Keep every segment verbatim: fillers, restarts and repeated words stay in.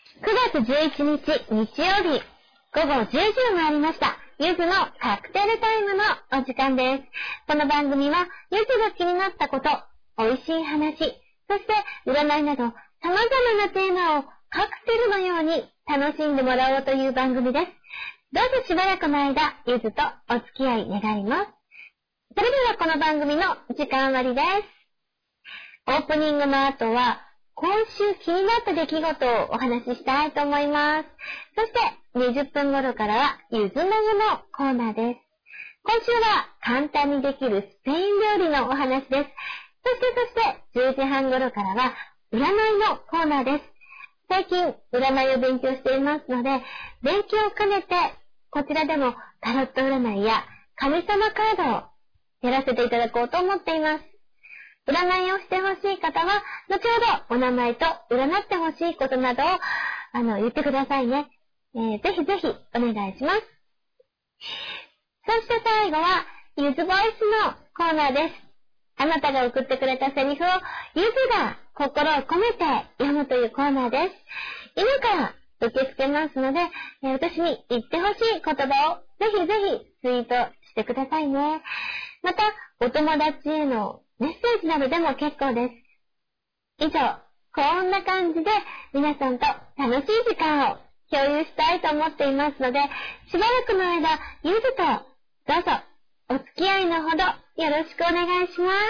くがつじゅういちにち日曜日、ごごじゅうじを回りました。ゆずのカクテルタイムのお時間です。この番組は、ゆずが気になったこと、美味しい話、そして占いなど様々なテーマをカクテルのように楽しんでもらおうという番組です。どうぞしばらくの間、ゆずとお付き合い願います。それではこの番組の時間割です。オープニングの後は、今週気になった出来事をお話ししたいと思います。そしてにじゅっぷん頃からはゆずの湯のコーナーです。今週は簡単にできるスペイン料理のお話です。そしてそしてじゅうじはん頃からは占いのコーナーです。最近占いを勉強していますので、勉強を兼ねてこちらでもタロット占いや神様カードをやらせていただこうと思っています。占いをしてほしい方は、後ほどお名前と占ってほしいことなどをあの言ってくださいね。えー、ぜひぜひお願いします。そして最後は、ゆずボイスのコーナーです。あなたが送ってくれたセリフを、ゆずが心を込めて読むというコーナーです。今から受け付けますので、えー、私に言ってほしい言葉をぜひぜひツイートしてくださいね。また、お友達へのメッセージなどでも結構です。以上、こんな感じで皆さんと楽しい時間を共有したいと思っていますので、しばらくの間、ゆずとどうぞお付き合いのほどよろしくお願いします。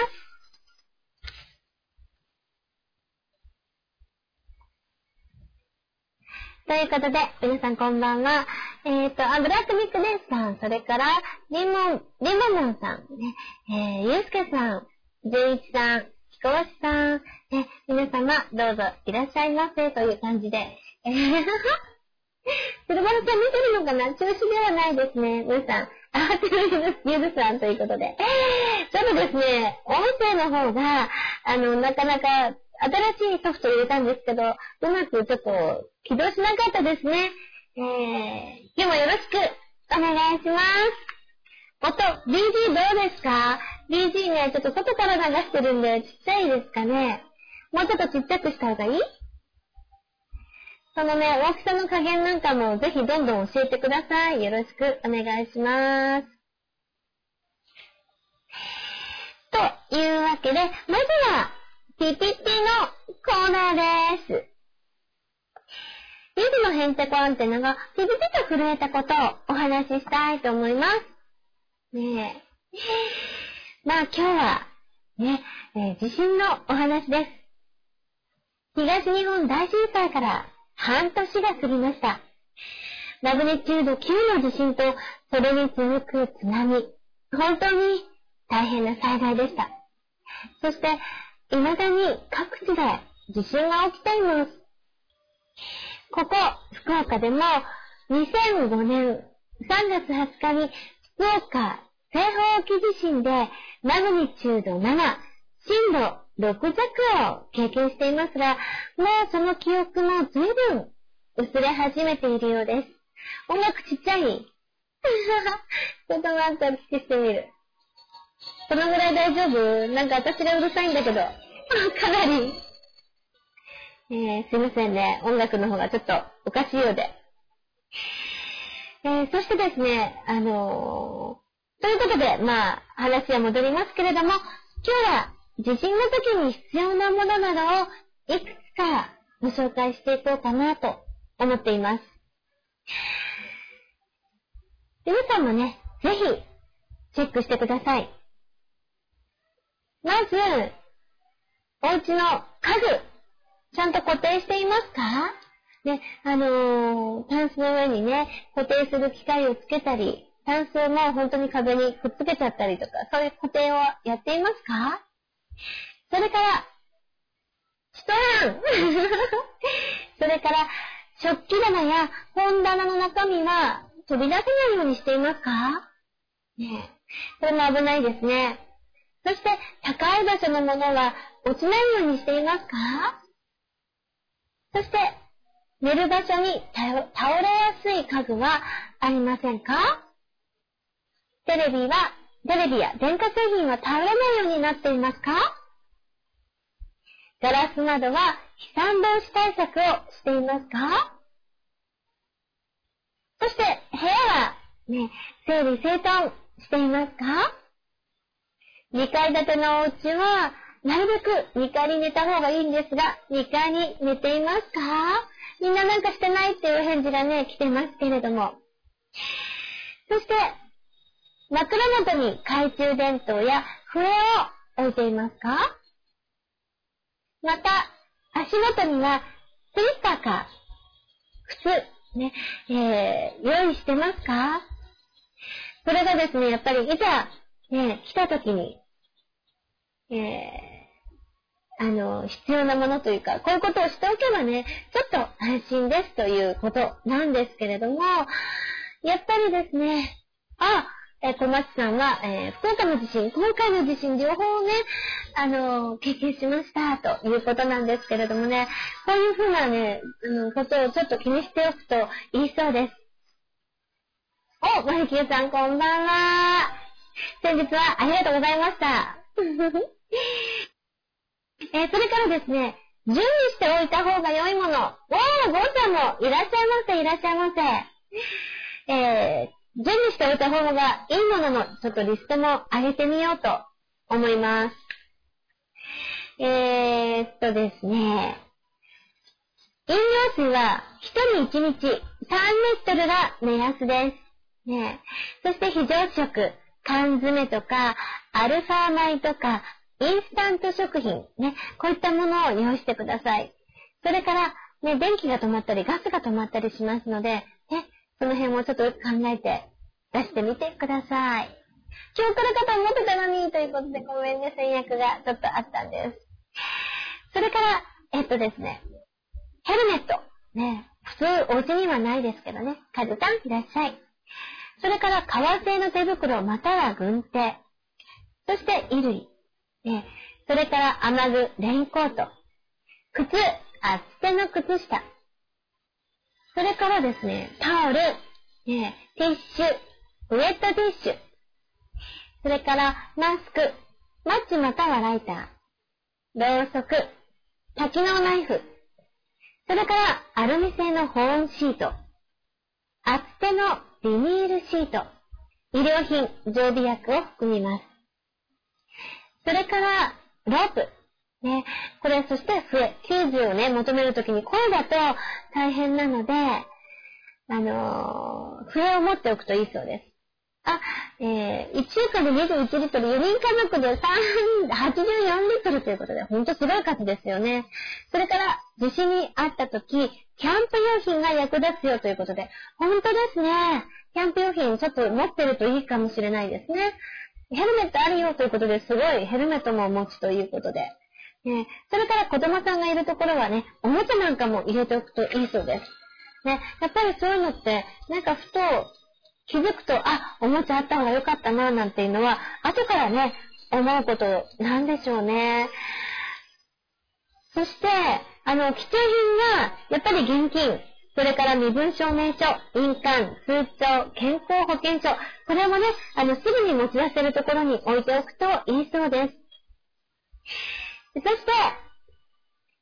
ということで、皆さんこんばんは。えっ、ー、と、あ、ブラックミックネスさん、それから、リモン、リモモンさん、ね、えー、ゆうすけさん、じゅんいちさん、ひこわしさん、ね、皆様どうぞいらっしゃいませという感じで。えー、シルバルさん見てるのかな？調子ではないですね、むーさん。あ、てるゆずさんということで。ちょっとですね、音声の方が、あの、なかなか新しいソフトを入れたんですけど、うまくちょっと起動しなかったですね。えー、今日もよろしくお願いします。音、ビージー どうですか？ ビージー ね、ちょっと外から流してるんで、ちっちゃいですかね。もうちょっとちっちゃくした方がいい？そのね、大きさの加減なんかもぜひどんどん教えてください。よろしくお願いします。というわけで、まずは、ピピピのコーナーです。ゆずのへんてこアンテナがピピピと震えたことをお話ししたいと思います。ねえ。まあ今日は、ね、えー、地震のお話です。東日本大震災から半年が過ぎました。マグニチュードきゅうの地震とそれに続く津波。本当に大変な災害でした。そして、未だに各地で地震が起きています。ここ、福岡でもにせんごねんさんがつはつかに福岡西方沖地震でマグニチュードなな、震度ろく弱を経験していますが、もうその記憶も随分薄れ始めているようです。音楽ちっちゃい？ちょっと待って、お聞きしてみる。このぐらい大丈夫？なんか私がうるさいんだけど。かなり。えー、すいませんね。音楽の方がちょっとおかしいようで。えー、そしてですね、あのー、ということで、まあ、話は戻りますけれども、今日は地震の時に必要なものなどをいくつかご紹介していこうかなと思っています。皆さんもね、ぜひチェックしてください。まず、お家の家具、ちゃんと固定していますか？ね、あのー、タンスの上にね、固定する機械をつけたり、タンスをもう本当に壁にくっつけちゃったりとか、そういう固定をやっていますか？それから、ストランそれから、食器棚や本棚の中身は飛び出せないようにしていますか？ね、これも危ないですね。そして、高い場所のものは落ちないようにしていますか？そして、寝る場所に倒れやすい家具はありませんか？テレビは、テレビや電化製品は倒れないようになっていますか？ガラス窓は飛散防止対策をしていますか？そして部屋はね、整理整頓していますか？にかい建てのお家はなるべくにかいに寝た方がいいんですが、にかいに寝ていますか？みんななんかしてないっていう返事がね、来てますけれども。そして枕元に懐中電灯や笛を置いていますか？また足元にはスリッパか靴ね、えー、用意してますか？それがですね、やっぱりいざね、来た時に、えー、あの、必要なものというか、こういうことをしておけばね、ちょっと安心ですということなんですけれども、やっぱりですね、あ、えー、小松さんは、えー、福岡の地震、今回の地震両方ね、あの、経験しましたということなんですけれどもね、こういうふうなね、あの、ことをちょっと気にしておくといいそうです。お、マリキューさんこんばんは。先日はありがとうございました。えー、それからですね、準備しておいた方が良いもの。おー、ゴーちゃんもいらっしゃいませ、いらっしゃいませ。えー、準備しておいた方がいいもののちょっとリストも上げてみようと思います。えーっとですね、飲料水はひとりいちにちさんリットルが目安です。ね、そして非常食、缶詰とか、アルファ米とか、インスタント食品、ね、こういったものを用意してください。それから、ね、電気が止まったり、ガスが止まったりしますので、ね、その辺もちょっとよく考えて出してみてください。今日来るかと思ってたのに、ということでごめんね、制約がちょっとあったんです。それから、えっとですね、ヘルメット。ね、普通お家にはないですけどね、カズさんいらっしゃい。それから革製の手袋または軍手。そして衣類。ね、それから雨具、レインコート。靴、厚手の靴下。それからですね、タオル、ね、ティッシュ、ウェットティッシュ。それからマスク、マッチまたはライター。ろうそく、多機能ナイフ。それからアルミ製の保温シート。厚手のビニールシート。医療品、常備薬を含みます。それから、ロープ。ね、これ、そして笛。きゅうじゅうをね、求めるときに声だと大変なので、あのー、笛を持っておくといいそうです。あ、えー、いっしゅうかんでにじゅういちリットル、よにん家族ではちじゅうよんリットルということで、ほんとすごい数ですよね。それから、地震にあったとき、キャンプ用品が役立つよということで、ほんとですね。キャンプ用品ちょっと持ってるといいかもしれないですね。ヘルメットあるよということで、すごいヘルメットもお持ちということで。ね、それから子供さんがいるところはね、おもちゃなんかも入れておくといいそうです。ね、やっぱりそういうのって、なんかふと気づくと、あ、おもちゃあった方が良かったな、なんていうのは、後からね、思うことなんでしょうね。そして、あの、貴重品は、やっぱり現金、それから身分証明書、印鑑、通帳、健康保険証、これもね、あの、すぐに持ち出せるところに置いておくといいそうです。そして、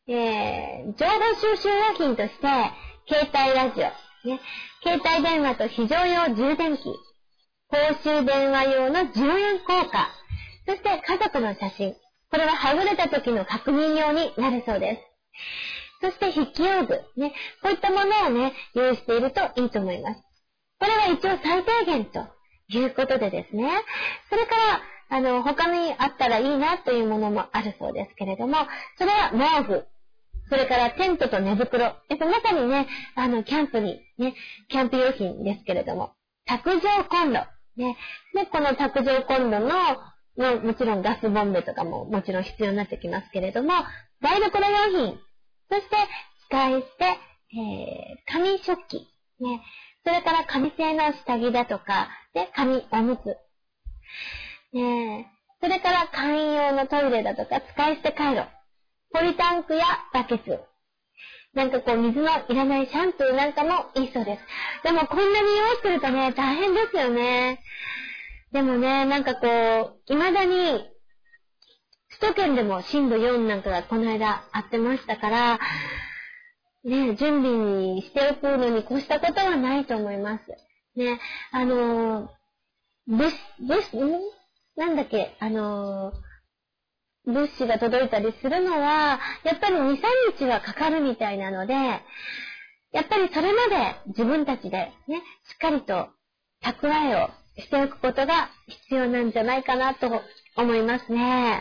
えー、情報収集用品として、携帯ラジオ、ね、携帯電話と非常用充電器、公衆電話用のじゅうえん硬貨、そして家族の写真、これははぐれた時の確認用になるそうです。そして筆記用具、ね、こういったものをね、用意しているといいと思います。これは一応最低限ということでですね、それから、あの、他にあったらいいなというものもあるそうですけれども、それは毛布、それからテントと寝袋、やっぱまさにね、あの、キャンプに、ね、キャンプ用品ですけれども、卓上コンロ、ね、で、この卓上コンロの、の、もちろんガスボンベとかももちろん必要になってきますけれども、台所用品、そして使い捨て、えー、紙食器、ね、それから紙製の下着だとか、で、紙おむつ、ね、それから簡易用のトイレだとか、使い捨てカイロ、ポリタンクやバケツ、なんかこう水のいらないシャンプーなんかもいいそうです。でもこんなに用意するとね、大変ですよね。でもね、なんかこう、未だに首都圏でも震度よんなんかがこの間あってましたから、ね、準備にしておくのに越したことはないと思います。ね、あの、物、物、んなんだっけ、あの、物資が届いたりするのは、やっぱりに、さんにちはかかるみたいなので、やっぱりそれまで自分たちでね、しっかりと蓄えをしておくことが必要なんじゃないかなと思いますね。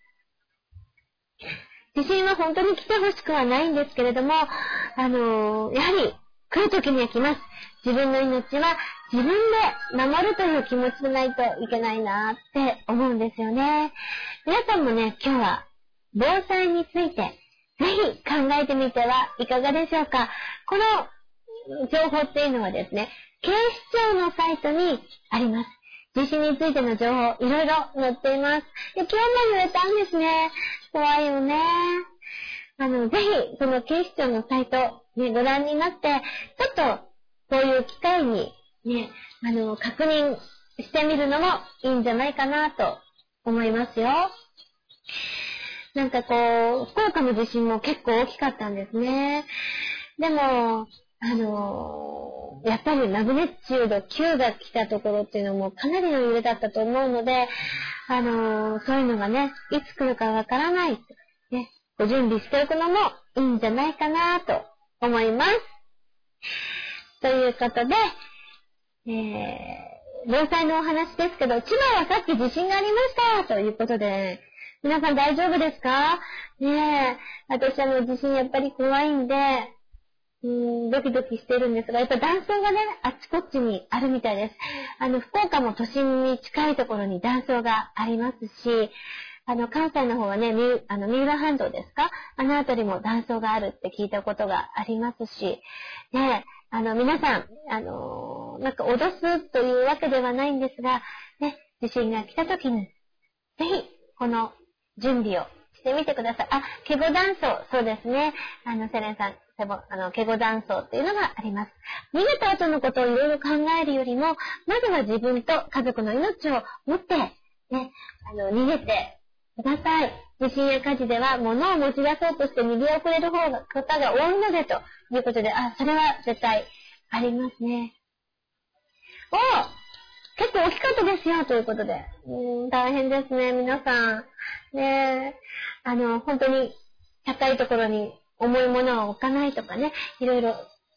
地震は本当に来てほしくはないんですけれども、あのー、やはり来る時には来ます。自分の命は自分で守るという気持ちでないといけないなって思うんですよね。皆さんもね、今日は防災についてぜひ考えてみてはいかがでしょうか。この情報っていうのはですね、警視庁のサイトにあります。地震についての情報、いろいろ載っています。で、今日も揺れたんですね。怖いよね。あの、ぜひ、その警視庁のサイト、ね、ご覧になって、ちょっと、こういう機会に、ね、あの、確認してみるのもいいんじゃないかなと思いますよ。なんかこう、福岡の地震も結構大きかったんですね。でも、あのー、やっぱりマグネチュードきゅうが来たところっていうのもかなりの揺れだったと思うので、あのー、そういうのがね、いつ来るかわからない、ね、ご準備しておくのもいいんじゃないかなと思います。ということで、えー、防災のお話ですけど、千葉はさっき地震がありましたということで、皆さん大丈夫ですか？ねえ、私はもう地震やっぱり怖いんで、うーん、ドキドキしてるんですが、やっぱ断層がね、あっちこっちにあるみたいです。あの、福岡も都心に近いところに断層がありますし、あの、関西の方はね、みあの、三浦半島ですか？あのあたりも断層があるって聞いたことがありますし、ね、あの、皆さん、あのー、なんか脅すというわけではないんですが、ね、地震が来た時に、ぜひ、この準備をしてみてください。あ、ケゴ断層、そうですね。あの、セレンさん、セボ、あの、ケゴ断層っていうのがあります。逃げた後のことをいろいろ考えるよりも、まずは自分と家族の命を持って、ね、あの、逃げてください。地震や火事では物を持ち出そうとして逃げ遅れる方が方が多いので、ということで、あ、それは絶対ありますね。お結構大きかったですよ、ということで。うーん、大変ですね、皆さん。ねえ、あの、本当に高いところに重いものを置かないとかね、いろいろ。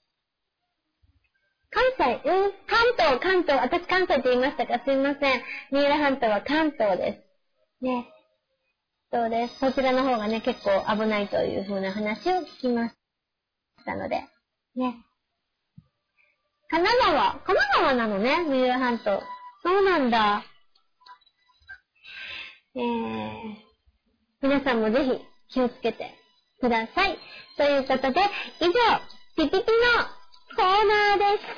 関西、うん、関東、関東、私関西って言いましたか？すいません。三浦半島は関東です。ね。そうです。そちらの方がね、結構危ないという風な話を聞きましたので。ね。神奈川、神奈川なのね、三浦半島。そうなんだ。えー、皆さんもぜひ気をつけてください。ということで、以上、ピピピのコーナーでした。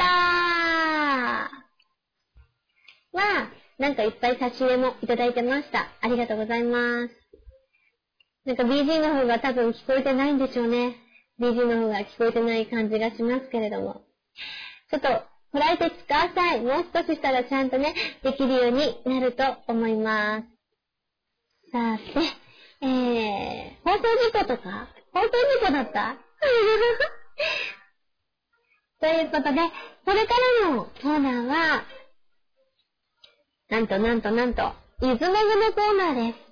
まあ、なんかいっぱい差し入れもいただいてました。ありがとうございます。なんか ビージー の方が多分聞こえてないんでしょうね。ビージー の方が聞こえてない感じがしますけれども。ちょっと、こらえてください。もう少ししたらちゃんとね、できるようになると思います。さて、えー、放送事故とか放送事故だったということで、これからのコーナーは、なんとなんとなんと、ゆずもぐのコーナーです。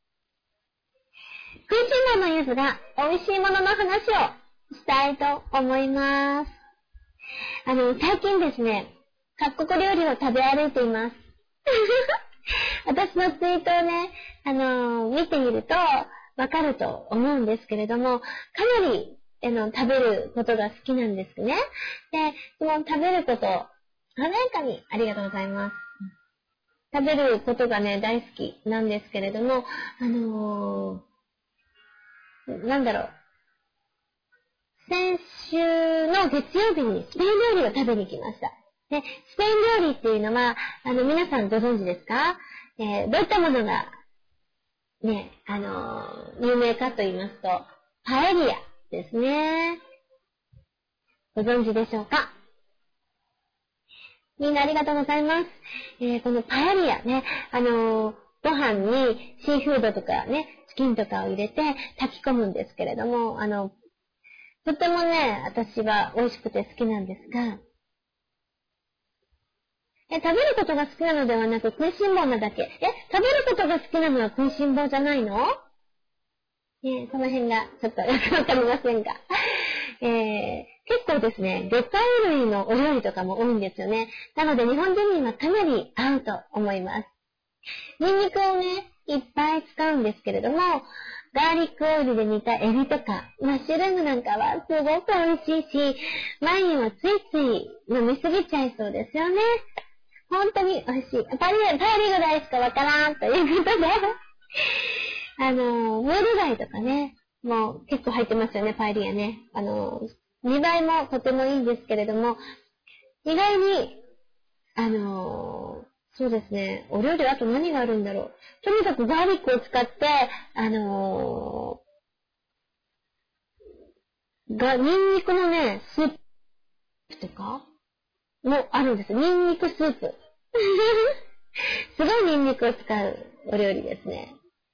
食いしん坊のゆずが美味しいものの話をしたいと思います。あの、最近ですね、各国料理を食べ歩いています。私のツイートをね、あのー、見てみるとわかると思うんですけれども、かなり、あの、食べることが好きなんですね。で、その食べること、華やかにありがとうございます。食べることがね、大好きなんですけれども、あのー、なんだろう。先週の月曜日にスペイン料理を食べに行きました。で、スペイン料理っていうのは、あの、皆さんご存知ですか？えー、どういったものが、ね、あのー、有名かと言いますと、パエリアですね。ご存知でしょうか？みんなありがとうございます。えー、このパエリアね、あのー、ご飯にシーフードとかね、 チキンとかを入れて炊き込むんですけれども、あの、とてもね、私は美味しくて好きなんですが、え、食べることが好きなのではなく食いしん坊なだけ。え、食べることが好きなのは食いしん坊じゃないの？ね、その辺がちょっとよくわかりませんが。えー、結構ですね、魚介類のお料理とかも多いんですよね。なので日本人にはかなり合うと思います。ニンニクをね、いっぱい使うんですけれども、ガーリックオイルで煮たエビとか、マッシュルームなんかはすごく美味しいし、ワインをついつい飲みすぎちゃいそうですよね。本当に美味しい。パリ、パリぐらいしかわからんということで、あの、ムール貝とかね、もう結構入ってますよね、パエリアね。あの、見栄えもとてもいいんですけれども、意外に、あの、そうですね、お料理あと何があるんだろう。とにかくガーリックを使って、あのー、が、ニンニクのね、スープとかもあるんです。ニンニクスープ。すごいニンニクを使うお料理ですね。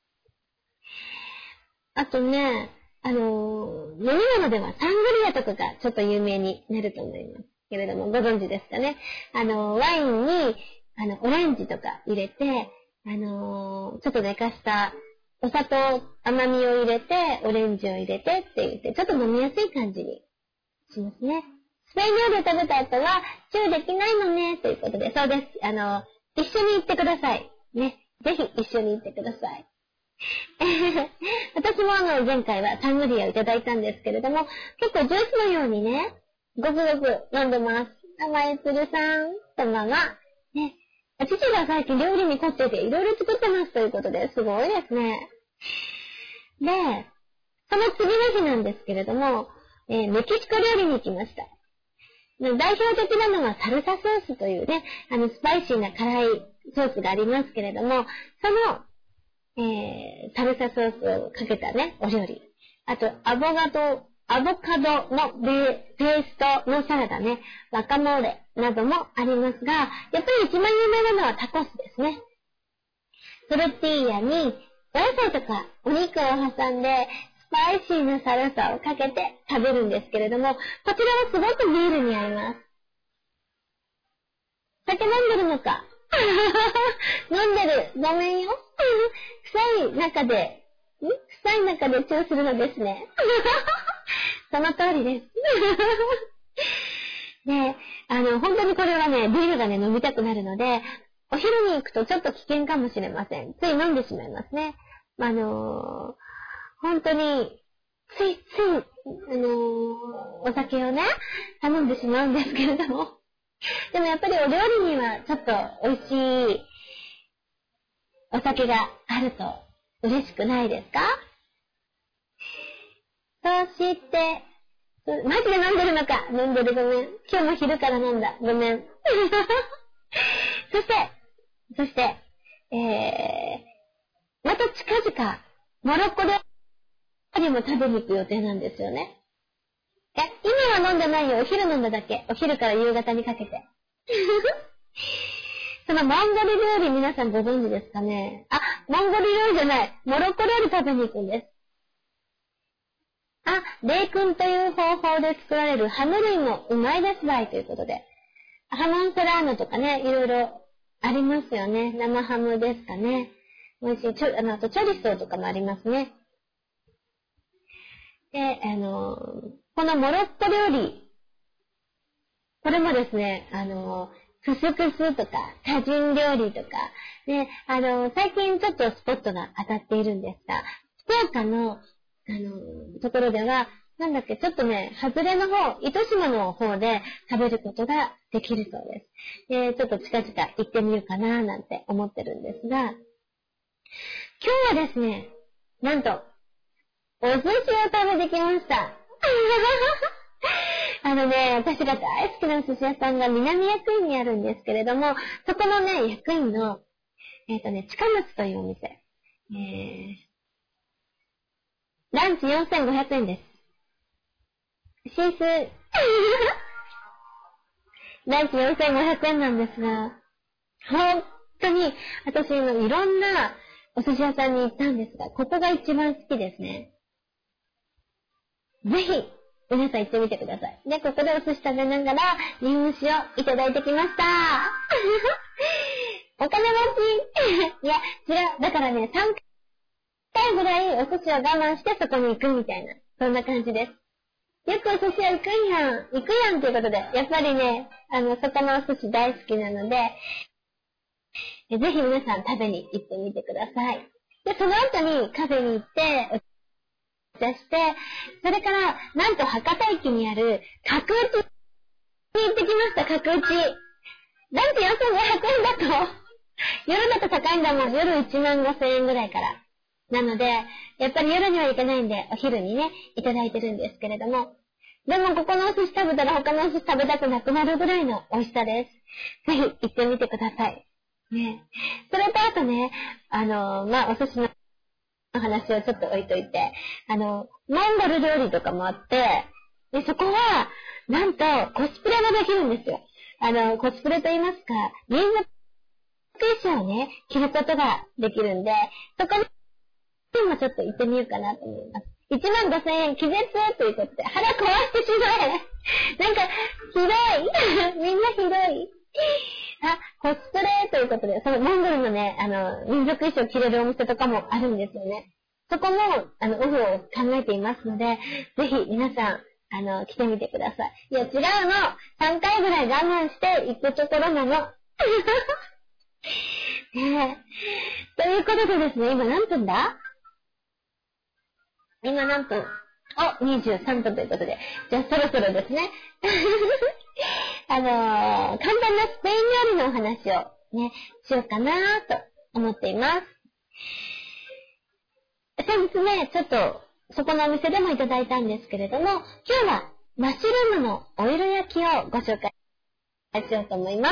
あとね、あのー、飲み物ではサングリアとかがちょっと有名になると思いますけれども、ご存知ですかね。あのー、ワインに、あの、オレンジとか入れて、あのー、ちょっと寝かしたお砂糖、甘みを入れて、オレンジを入れてって言って、ちょっと飲みやすい感じにしますね。スペイン料理を食べた後は、チューできないのね、ということで、そうです。あの、一緒に行ってください。ね。ぜひ一緒に行ってください。私もあの、前回はサングリアをいただいたんですけれども、結構ジュースのようにね、ごくごく飲んでます。甘えつるさん、とまが、ね。父が最近料理に凝ってていろいろ作ってますということで、すごいですね。で、その次の日なんですけれども、えー、メキシコ料理に行きました。代表的なのはサルサソースというね、あのスパイシーな辛いソースがありますけれども、その、えー、サルサソースをかけたね、お料理。あと、アボカド、アボカドのベペーストのサラダね、ワカモーレなどもありますが、やっぱり一番有名なのはタコスですね。トルティーヤにお野菜とかお肉を挟んで、スパイシーなサルサをかけて食べるんですけれども、こちらはすごくビールに合います。酒飲んでるのか飲んでる。ごめんよ。臭い中で、ん臭い中でチューするのですね。その通りです。で、あの、本当にこれはね、ビールがね、飲みたくなるので、お昼に行くとちょっと危険かもしれません。つい飲んでしまいますね。あのー、本当に、ついつい、あのー、お酒をね、頼んでしまうんですけれども。でもやっぱりお料理にはちょっと美味しいお酒があると嬉しくないですか？そして、マジで飲んでるのか。飲んでる、ごめん。今日も昼から飲んだ。ごめん。そして、そして、えー、また近々、モロッコ料理も食べに行く予定なんですよね。え、今は飲んでないよ。お昼飲んだだけ。お昼から夕方にかけて。そのモンゴル料理皆さんご存知ですかね？あ、モンゴル料理じゃない。モロッコ料理食べに行くんです。あ、冷訓という方法で作られるハム類もうまいですばいということで。ハモンセラーノとかね、いろいろありますよね。生ハムですかね。美味しい。ちょ、あの、あとチョリソーとかもありますね。で、あの、このモロッコ料理、これもですね、あの、クスクスとか、タジン料理とか、ね、あの、最近ちょっとスポットが当たっているんですが、福岡の、あの、ところでは、なんだっけ、ちょっとね、外れの方、糸島の方で食べることができるそうです。で、ちょっと近々行ってみようかな、なんて思ってるんですが、今日はですね、なんと、お寿司を食べてきました。あのね、私が大好きなお寿司屋さんが南薬院にあるんですけれども、そこのね、薬院の、えっとね、近松というお店。えーランチよんせんごひゃくえんです。シースー。ランチよんせんごひゃくえんなんですが、本当に、私のいろんなお寿司屋さんに行ったんですが、ここが一番好きですね。ぜひ、皆さん行ってみてください。で、ここでお寿司食べながら、日本酒をいただいてきました。お金持ちいや、違う。だからね、さんかいぐらいお寿司を我慢してそこに行くみたいな。そんな感じです。よくお寿司屋行くんやん。行くやんということで、やっぱりね、あの、そこのお寿司大好きなので、ぜひ皆さん食べに行ってみてください。で、その後にカフェに行って、お茶して、それから、なんと博多駅にある角打ちに行ってきました、角打ち。なんてよんせんごひゃくえんだと。夜だと高いんだもん、夜いちまんごせんえんぐらいから。なので、やっぱり夜には行けないんで、お昼にね、いただいてるんですけれども。でも、ここのお寿司食べたら他のお寿司食べたくなくなるぐらいの美味しさです。ぜひ行ってみてください。ね。それとあとね、あの、まあ、お寿司の話をちょっと置いといて、あの、モンゴル料理とかもあって、で、そこは、なんと、コスプレもできるんですよ。あの、コスプレと言いますか、民族衣装をね、着ることができるんで、そこにもちょっと行ってみようかなと思います。いちまんごせんえん、気絶ということで、腹壊してしまえ。なんか、ひどい。みんなひどい。あ、コスプレということで、そのモンゴルのね、あの、民族衣装を着れるお店とかもあるんですよね。そこも、あの、オフを考えていますので、ぜひ皆さん、あの、来てみてください。いや、違うの。さんかいぐらい我慢して行くところなの。ねえ。ということでですね、今何分だ？今何分？お、にじゅうさんぷんということで。じゃあそろそろですね。あのー、簡単なスペイン料理のお話をね、しようかなと思っています。先日ね、ちょっと、そこのお店でもいただいたんですけれども、今日はマッシュルームのオイル焼きをご紹介しようと思います。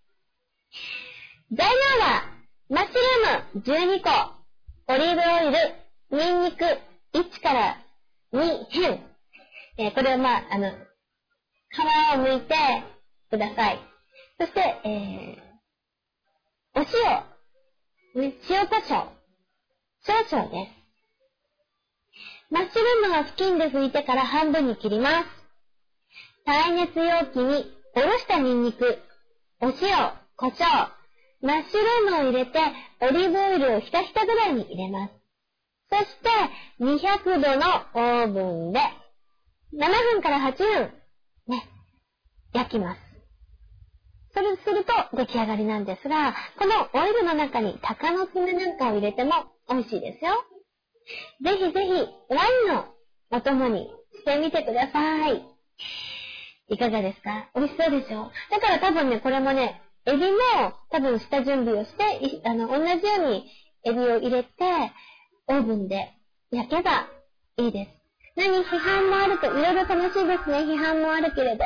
材料は、マッシュルームじゅうにこ、オリーブオイル、ニンニクいちからにへん。えー、これをまあ、あの、皮を剥いてください。そして、えー、お塩、ね、塩コショウ、少々です。マッシュルームは布巾で拭いてから半分に切ります。耐熱容器におろしたニンニク、お塩、胡椒、マッシュルームを入れてオリーブオイルをひたひたぐらいに入れます。そしてにひゃくどのオーブンでななふんからはちふんね、焼きます。それすると出来上がりなんですが、このオイルの中に鷹の爪なんかを入れても美味しいですよ。ぜひぜひワインのお供にしてみてください。いかがですか？美味しそうでしょ？だから多分ね、これもね、エビも多分下準備をして、あの、同じようにエビを入れて、オーブンで焼けばいいです。何、批判もあると、いろいろ楽しいですね、批判もあるけれど。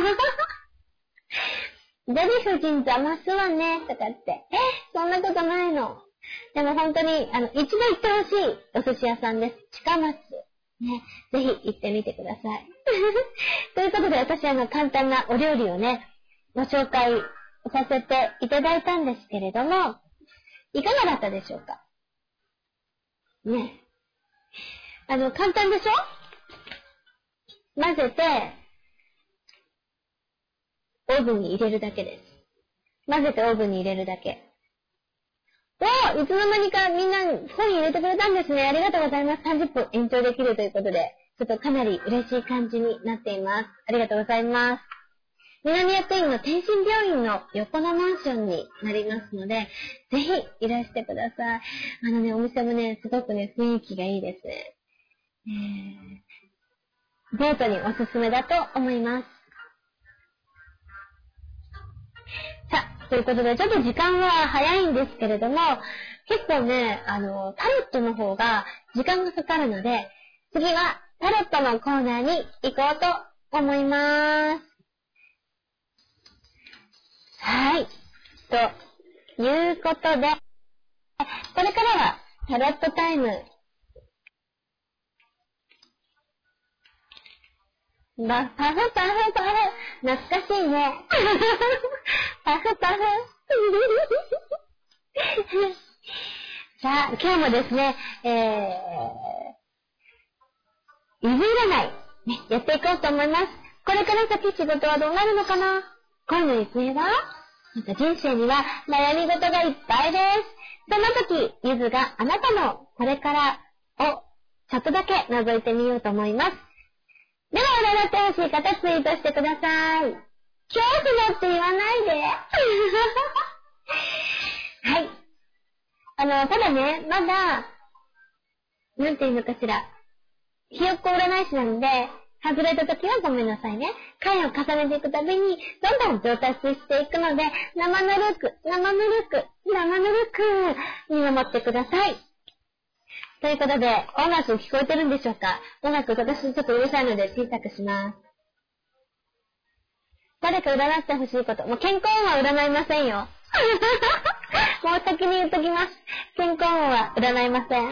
デヴィ夫人邪魔すわね、とかって。え、そんなことないの。でも本当に、あの、一度行ってほしいお寿司屋さんです。近松。ね、ぜひ行ってみてください。ということで、私あの、簡単なお料理をね、ご紹介させていただいたんですけれども、いかがだったでしょうか？ね。あの、簡単でしょ？混ぜて、オーブンに入れるだけです。混ぜてオーブンに入れるだけ。おー、いつの間にかみんな本入れてくれたんですね。ありがとうございます。さんじゅっぷん延長できるということで、ちょっとかなり嬉しい感じになっています。ありがとうございます。南薬院の天心病院の横のマンションになりますので、ぜひいらしてください。あのね、お店もね、すごくね、雰囲気がいいですね。えー、デートにおすすめだと思います。さあ、ということで、ちょっと時間は早いんですけれども、結構ね、あの、タロットの方が時間がかかるので、次はタロットのコーナーに行こうと思います。はい。ということで、これからはタロットタイム。バパフパフパフ。懐かしいね。パフパフ。ささあ、今日もですね、えー、ゆず占い、ね、やっていこうと思います。これから先仕事はどうなるのかな？恋の行方は？また人生には悩み事がいっぱいです。その時、ゆずがあなたのこれからをちょっとだけ覗いてみようと思います。では、占ってほしい方ツイートしてください。恐怖だって言わないで。はい。あの、ただね、まだ、なんていうのかしら。ひよっこ占い師なんで、外れた時はごめんなさいね。回を重ねていくたびに、どんどん上達していくので、生ぬるく、生ぬるく、生ぬるく、見守ってください。ということで、音楽聞こえてるんでしょうか？音楽、私ちょっとうるさいので小さくします。誰か占ってほしいこと。もう健康運は占いませんよ。もう先に言っときます。健康運は占いません。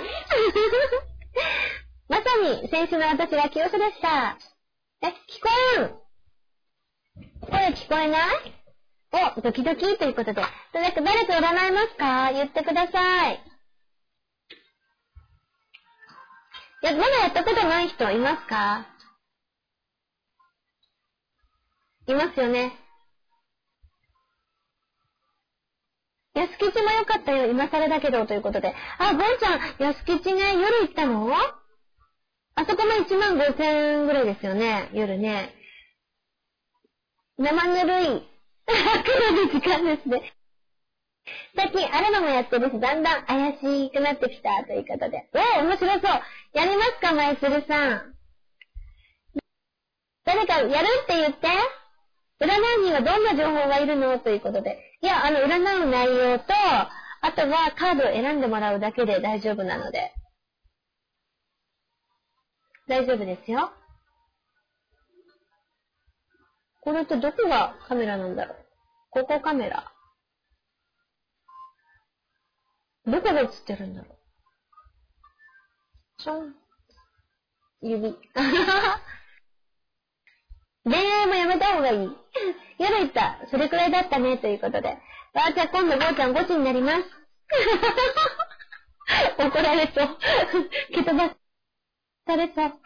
まさに先週の私が清瀬でした。え、聞こえる？声聞こえない？お、ドキドキということで。誰か、誰か占いますか？言ってください。いや、まだやったことない人いますか？いますよね。安吉もよかったよ、今更だけど、ということで。あ、ボンちゃん、安吉ね、夜行ったの？あそこもいちまんごせんえんぐらいですよね、夜ね。生ぬるい、黒の時間ですね。最近アルバムやってるし、だんだん怪しくなってきた、ということで。おー、面白そう。やりますか、まいつるさん。誰かやるって言って。占いにはどんな情報がいるの？ということで。いや、あの、占う内容と、あとはカードを選んでもらうだけで大丈夫なので。大丈夫ですよ。これってどこがカメラなんだろう？ここカメラ。どこが映ってるんだろう？ちょん。指。恋愛もやめた方がいい。夜言った。それくらいだったね。ということで。あ、じゃあ今度、ぼうちゃんごちになります。怒られそう。蹴飛ばされそう。や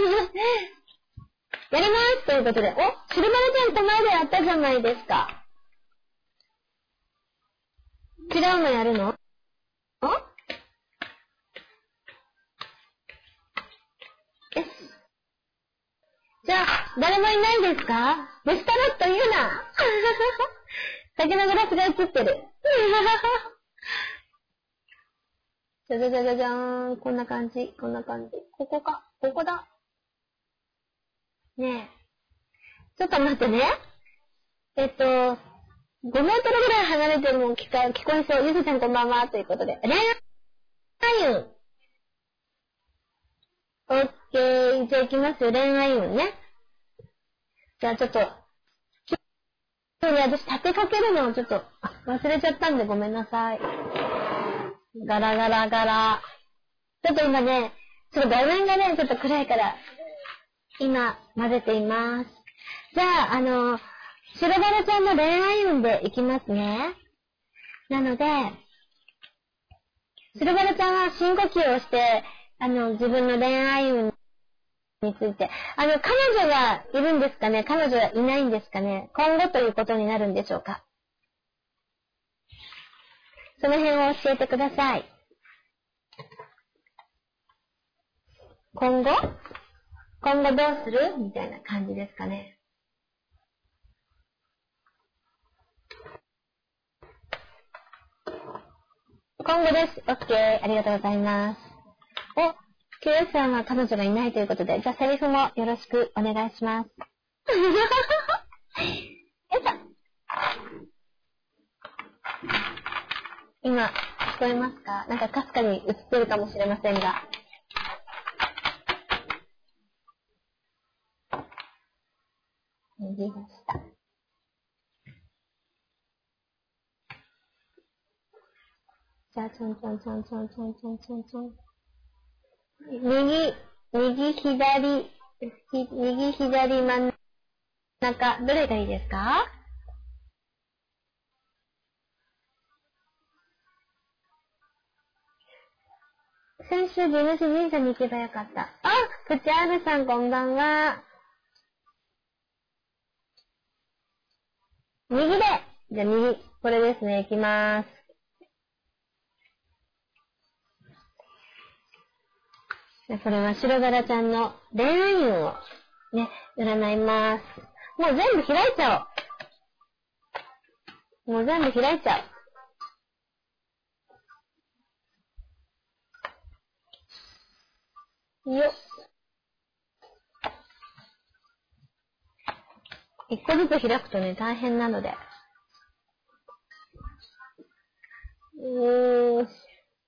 りますということで。お、シルバルちゃんこの間やったじゃないですか。違うのやるの？お？よし。じゃあ、誰もいないですか？デスタロット言うな。酒のグラスが映ってる。じゃじゃじゃじゃじゃーん。こんな感じ。こんな感じ。ここか。ここだ。ねえ。ちょっと待ってね。えっと、ごメートルぐらい離れてるのも聞こえそう。ゆずちゃんこんばんは。ということで。恋愛運。オッケー。じゃあ行きますよ。恋愛運ね。じゃあちょっと、今日ね、私立てかけるのをちょっと忘れちゃったんでごめんなさい。ガラガラガラ。ちょっと今ね、ちょっと画面がね、ちょっと暗いから、今混ぜています。じゃあ、あの、白バラちゃんの恋愛運でいきますね。なので、白バラちゃんは深呼吸をして、あの、自分の恋愛運について。あの、彼女がいるんですかね？彼女はいないんですかね？今後ということになるんでしょうか？その辺を教えてください。今後？今後どうする？みたいな感じですかね。今後です。OK。ありがとうございます。お、キュウさんは彼女がいないということで、じゃあセリフもよろしくお願いします。よいしょ。今、聞こえますか？なんかかすかに映ってるかもしれませんが。右下。じゃあ、ちょんちょんちょんちょんちょんちょんちょんちょん。右、右、左、右、左、真ん中、どれがいいですか？ 先週地主神社に行けばよかった。あ、プチアールさんこんばんは。右で、じゃあ右、これですね、行きまーす。でこれは白柄ちゃんの恋愛運をね、占います。もう全部開いちゃおう。もう全部開いちゃう。よっ。一個ずつ開くとね、大変なので。よーし。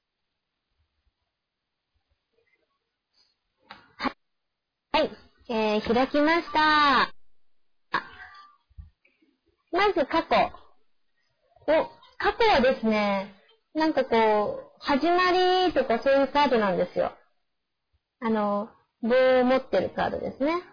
はい。えー、開きました。まず過去。お、過去はですね、なんかこう、始まりとかそういうカードなんですよ。あの、棒を持ってるカードですね。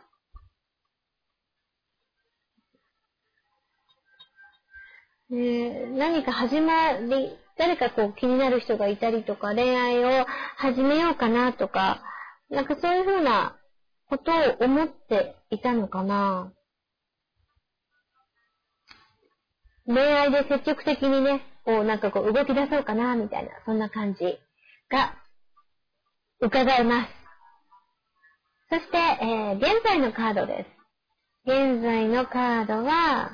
えー、何か始まり、誰かこう気になる人がいたりとか、恋愛を始めようかなとか、なんかそういうふうなことを思っていたのかな。恋愛で積極的にね、こうなんかこう動き出そうかな、みたいな、そんな感じが伺えます。そして、えー、現在のカードです。現在のカードは、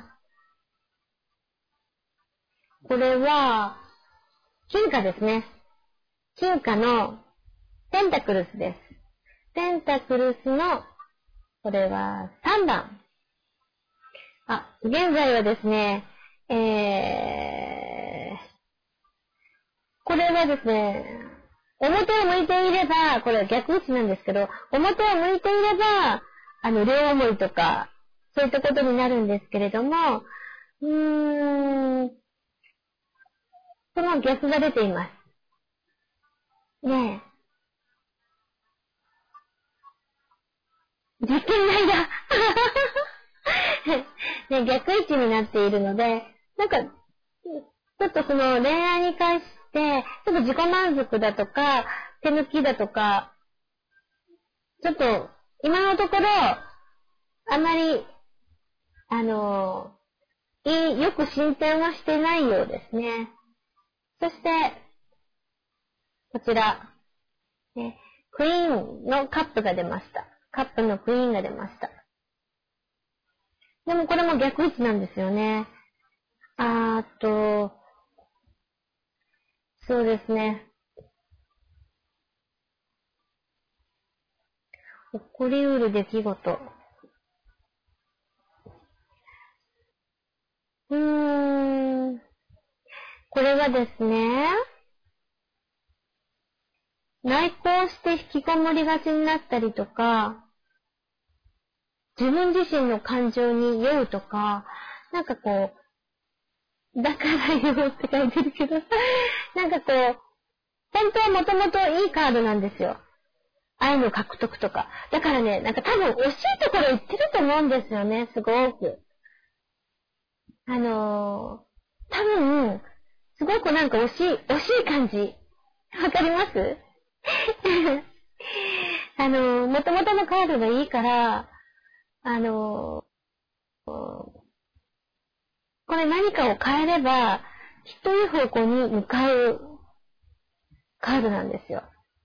これは、金貨ですね。金貨のペンタクルスです。ペンタクルスの、これはさんばん。あ、現在はですね、えー、これはですね、表を向いていれば、これは逆位置なんですけど、表を向いていれば、あの、両思いとか、そういったことになるんですけれども、うーん、その逆が出ています。ねえ。実験台だね、逆位置になっているので、なんか、ちょっとその恋愛に関して、ちょっと自己満足だとか、手抜きだとか、ちょっと、今のところ、あまり、あの、いい、よく進展はしてないようですね。そして、こちら、ね、クイーンのカップが出ました。カップのクイーンが出ました。でもこれも逆位置なんですよね。あーと、そうですね。起こりうる出来事。うーん。これはですね、内向して引きこもりがちになったりとか、自分自身の感情に酔うとか、なんかこう、だから酔うって書いてるけど、なんかこう、本当はもともといいカードなんですよ。愛の獲得とか。だからね、なんか多分惜しいところ言ってると思うんですよね、すごく。あのー、多分、すごくなんか惜しい、惜しい感じ。わかりますあのー、もともとのカードがいいから、あのー、これ何かを変えれば、きっといい方向に向かうカードなんですよ。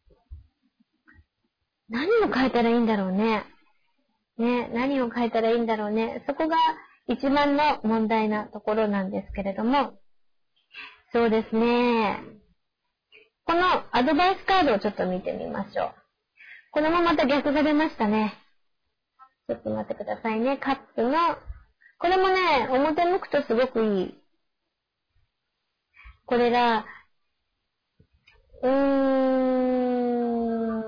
何を変えたらいいんだろうね。ね、何を変えたらいいんだろうね。そこが一番の問題なところなんですけれども、そうですね。このアドバイスカードをちょっと見てみましょう。これもまた逆が出ましたね。ちょっと待ってくださいね。カップの、これもね、表向くとすごくいい。これが、うーん、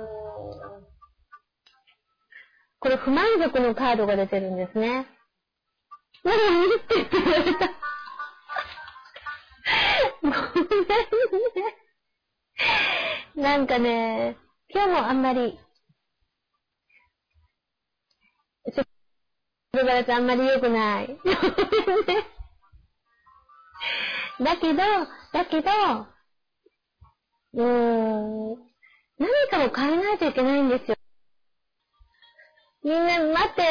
これ不満足のカードが出てるんですね。何って言われた。ごめんね。なんかね、今日もあんまり、ちょっとバラさんあんまり良くない。だけど、だけど、うーん、 何かを変えないといけないんですよ。みんな待って。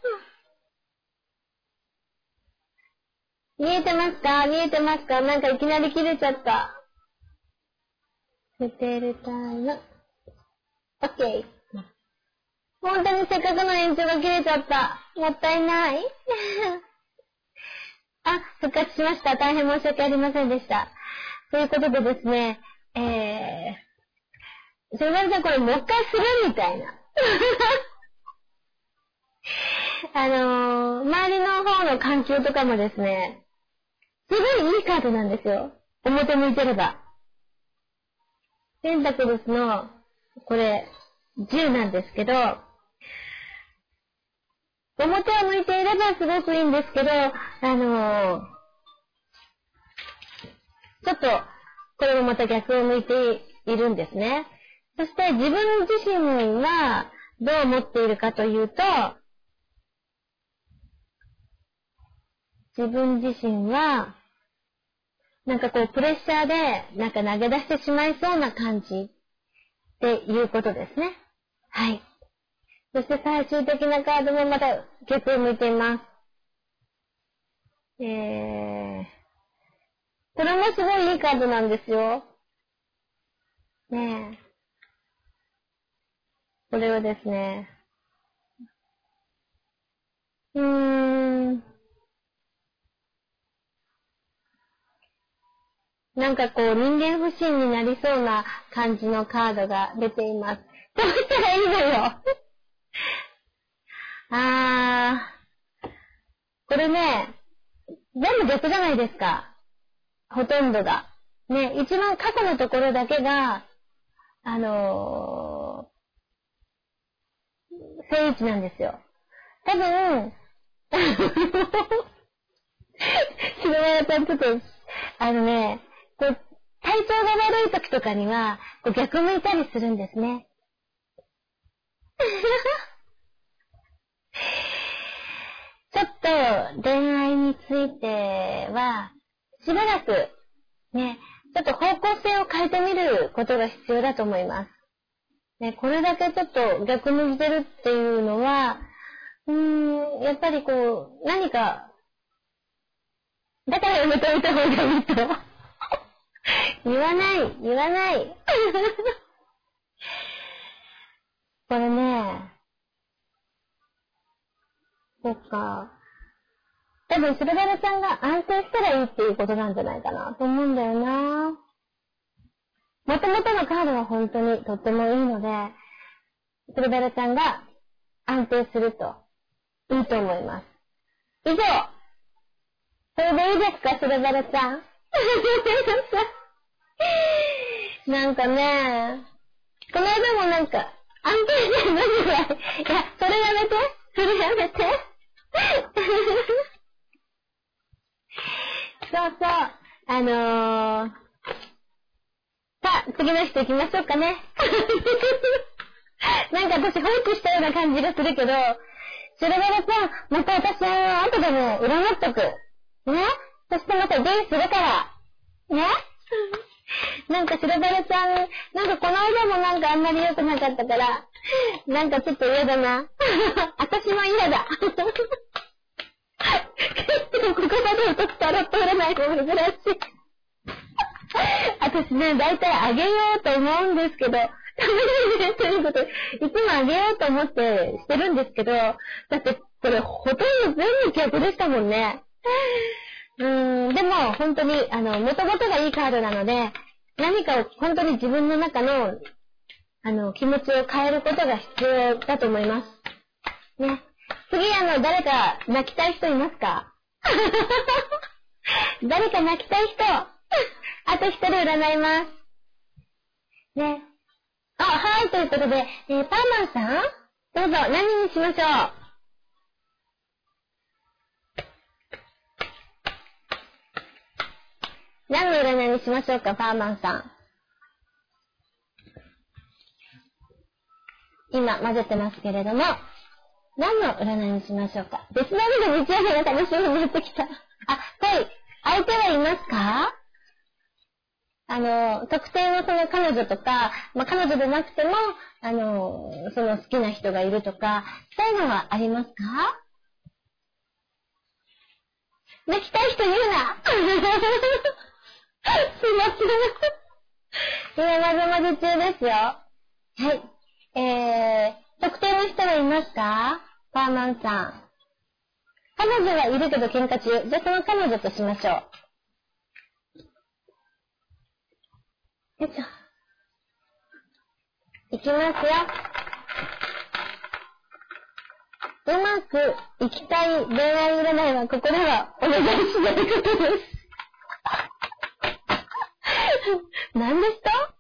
見えてますか？見えてますか？なんかいきなり切れちゃった。ステルタイム。オッケー。本当にせっかくの延長が切れちゃった。もったいない。あ、復活しました。大変申し訳ありませんでした。ということでですね、えー、それまでさんこれもう一回するみたいな。あのー、周りの方の環境とかもですね、すごいいいカードなんですよ。表向いてれば。ペンタクルスの、これ、じゅうなんですけど、表を向いていればすごくいいんですけど、あのー、ちょっと、これもまた逆を向いているんですね。そして自分自身はどう思っているかというと、自分自身は、なんかこうプレッシャーでなんか投げ出してしまいそうな感じっていうことですね。はい。そして最終的なカードもまた逆を向いています。えー、これもすごいいいカードなんですよ。ねえ。これはですね、うーん、なんかこう人間不信になりそうな感じのカードが出ています。どうしたらいいのよ。あー、これね、全部逆じゃないですか。ほとんどが。ね、一番過去のところだけが、あのー、正位置なんですよ。多分、しのまやさんちょっと、あのね、こう、体調が悪い時とかには、こう逆向いたりするんですね。ちょっと恋愛については、しばらくね、ちょっと方向性を変えてみることが必要だと思います。ね、これだけちょっと逆向いてるっていうのは、うーん、やっぱりこう、何か、だからやめておいた方がいいと。言わない、言わない。これね、そっか。多分、スルバルさんが安定したらいいっていうことなんじゃないかなと思うんだよな。もともとのカードは本当にとってもいいので、スルバルさんが安定するといいと思います。以上。それでいいですか、スルバルさん。なんかね、この間もなんか、安定して何ぐらい。いや、それやめて。それやめて。そうそう。あのー、さあ、次の人行きましょうかね。なんか私放置したような感じがするけど、シルバルさん、また私は後でね、占っとく。ね？そしてまたゲイするから。ね？なんかシルバルさん、なんかこの間もなんかあんまり良くなかったから、なんかちょっと嫌だな。私も嫌だ。でもここまで落とすタロット占いも珍しい。私ね、だいたいあげようと思うんですけど、ためにね、ということで、いつもあげようと思ってしてるんですけど、だってこれほとんど全部逆でしたもんね。うーん、でも本当に、あの、元々がいいカードなので、何かを本当に自分の中の、あの、気持ちを変えることが必要だと思います。ね。次、あの、誰か泣きたい人いますか？誰か泣きたい人あと一人占います。ね。あ、はい、ということで、えー、パーマンさんどうぞ、何にしましょう？何の占いにしましょうか、パーマンさん。今混ぜてますけれども、何の占いにしましょうか。別の意味で日曜日が楽しみになってきた。あ、はい。相手はいますか？ あの、特定のその彼女とか、まあ、彼女でなくても、あの、その好きな人がいるとか、そういうのはありますか？泣きたい人言うなすいません。今、まずまず中ですよ。はい。えー、特定の人はいますか？パーマンさん。彼女はいるけど喧嘩中。じゃあその彼女としましょう。よいしょ。いきますよ。うまくいきたい恋愛占いはここではお願いしないことです。何ですか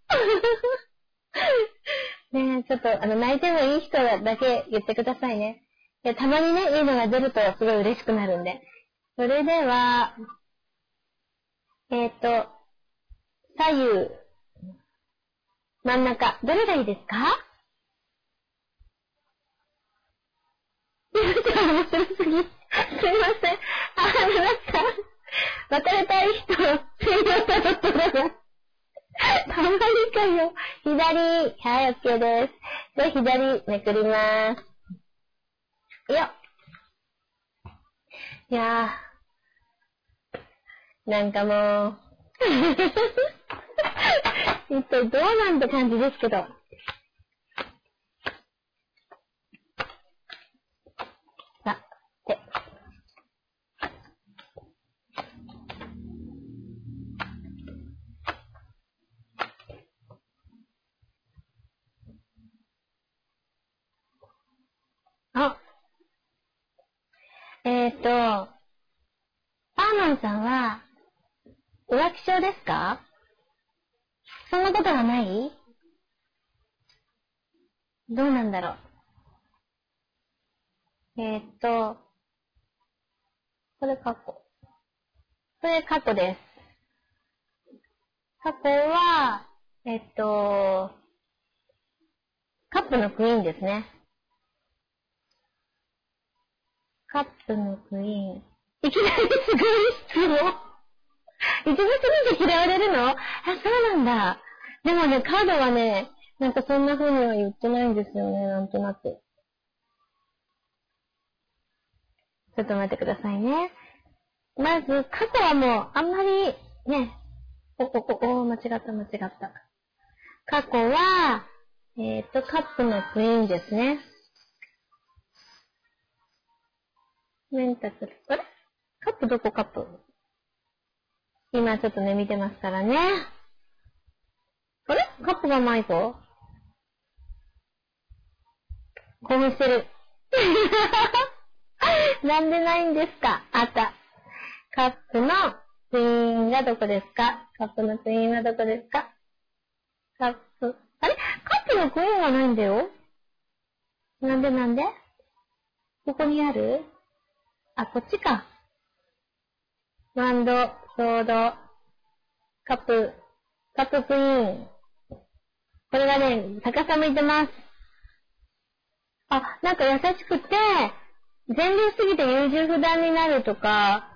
ねえ、ちょっと、あの、泣いてもいい人だけ言ってくださいね。で、たまにね、いいのが出るとすごい嬉しくなるんで。それでは、えっと、左右、真ん中、どれがいいですか？面白すぎ。すいません。あ、皆さん、別れたい人、すいません、だったらな。たまにかよ。左、はい、OK です。じゃあ左、めくります。よっ。いやー、なんかもう、一体どうなんて感じですけど。さて。あ、えっと、パーマンさんは、浮気症ですか？そんなことはない？どうなんだろう。えっと、これ過去。これ過去です。過去は、えっと、カップのクイーンですね。カップのクイーン。いきなりすごい質問。一部すぎて嫌われるの？あ、そうなんだ。でもね、カードはね、なんかそんな風には言ってないんですよね、なんとなく。ちょっと待ってくださいね。まず、過去はもう、あんまり、ね、お、お、お、間違った間違った。過去は、えっと、カップのクイーンですね。メンタクル。あれ？カップどこカップ？今ちょっとね、見てますからね。あれ？カップが迷子？興奮してる。なんでないんですか？あった。カップのクイーンがどこですか？カップのクイーンはどこですか？カップ、あれ？カップのクイーンはないんだよ。なんでなんで？ここにある？あ、こっちか。ワンド、ソード、カップ、カップクイーン。これがね、逆さ向いてます。あ、なんか優しくて、善良すぎて優柔不断になるとか、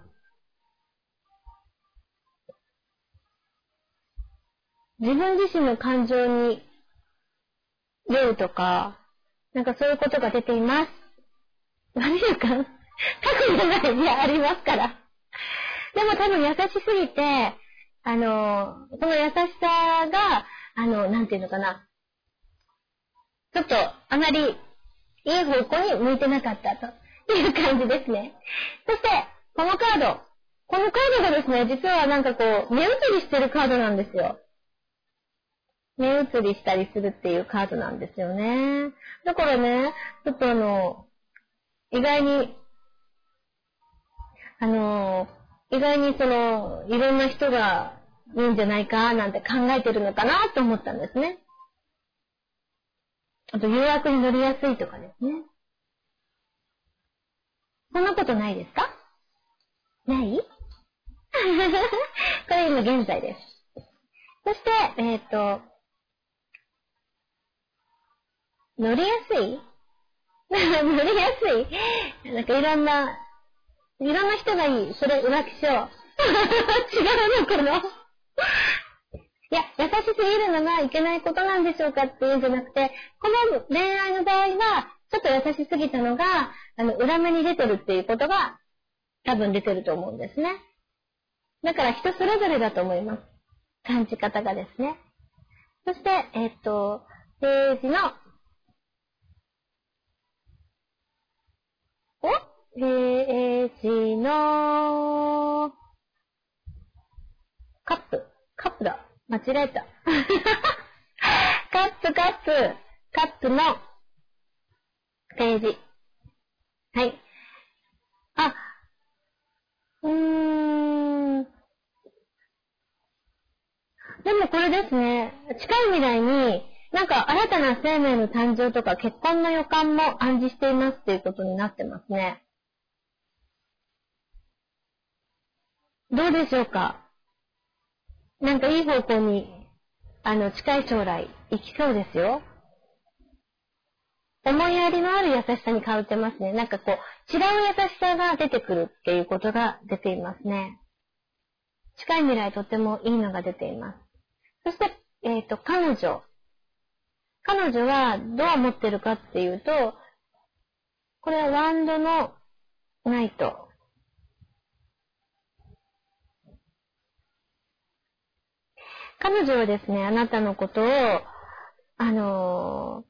自分自身の感情に酔うとか、なんかそういうことが出ています。何ですか？過去じゃない。いや、ありますから。でも多分優しすぎて、あの、その優しさが、あの、なんていうのかな。ちょっと、あまり、いい方向に向いてなかったという感じですね。そして、このカード。このカードがですね、実はなんかこう、目移りしてるカードなんですよ。目移りしたりするっていうカードなんですよね。だからね、ちょっとあの、意外に、あの、意外にその、いろんな人がいいんじゃないかなんて考えてるのかなと思ったんですね。あと誘惑に乗りやすいとかですね。そんなことないですか？ないこれ今現在です。そして、えっと、乗りやすい乗りやすいなんかいろんな、いろんな人がいい。それ浮気症。違うのかないや、優しすぎるのがいけないことなんでしょうかっていうんじゃなくて、この恋愛の場合は、ちょっと優しすぎたのが、あの、裏目に出てるっていうことが、多分出てると思うんですね。だから人それぞれだと思います。感じ方がですね。そして、えっと、ページの、おページの、カップ。カップだ。間違えた。カップ、カップ。カップのページ。はい。あ、うーん。でもこれですね。近い未来に、なんか新たな生命の誕生とか結婚の予感も暗示していますっていうことになってますね。どうでしょうか？なんかいい方向に、あの、近い将来、行きそうですよ。思いやりのある優しさに変わってますね。なんかこう、違う優しさが出てくるっていうことが出ていますね。近い未来とってもいいのが出ています。そして、えっと、彼女。彼女はどう思ってるかっていうと、これはワンドのナイト。彼女はですね、あなたのことを、あの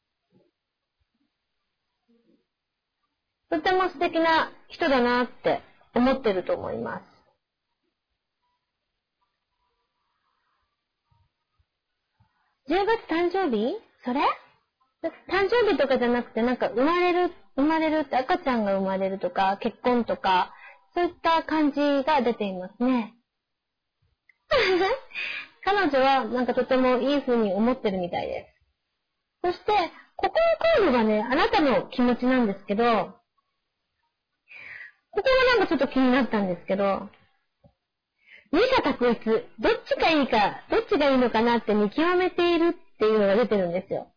ー、とても素敵な人だなって思ってると思います。じゅうがつ誕生日？それ？誕生日とかじゃなくて、なんか生まれる、生まれるって赤ちゃんが生まれるとか、結婚とか、そういった感じが出ていますね。彼女はなんかとてもいい風に思ってるみたいです。そして、ここのカードがね、あなたの気持ちなんですけど、ここがなんかちょっと気になったんですけど、二者択一、どっちがいいか、どっちがいいのかなって見極めているっていうのが出てるんですよ。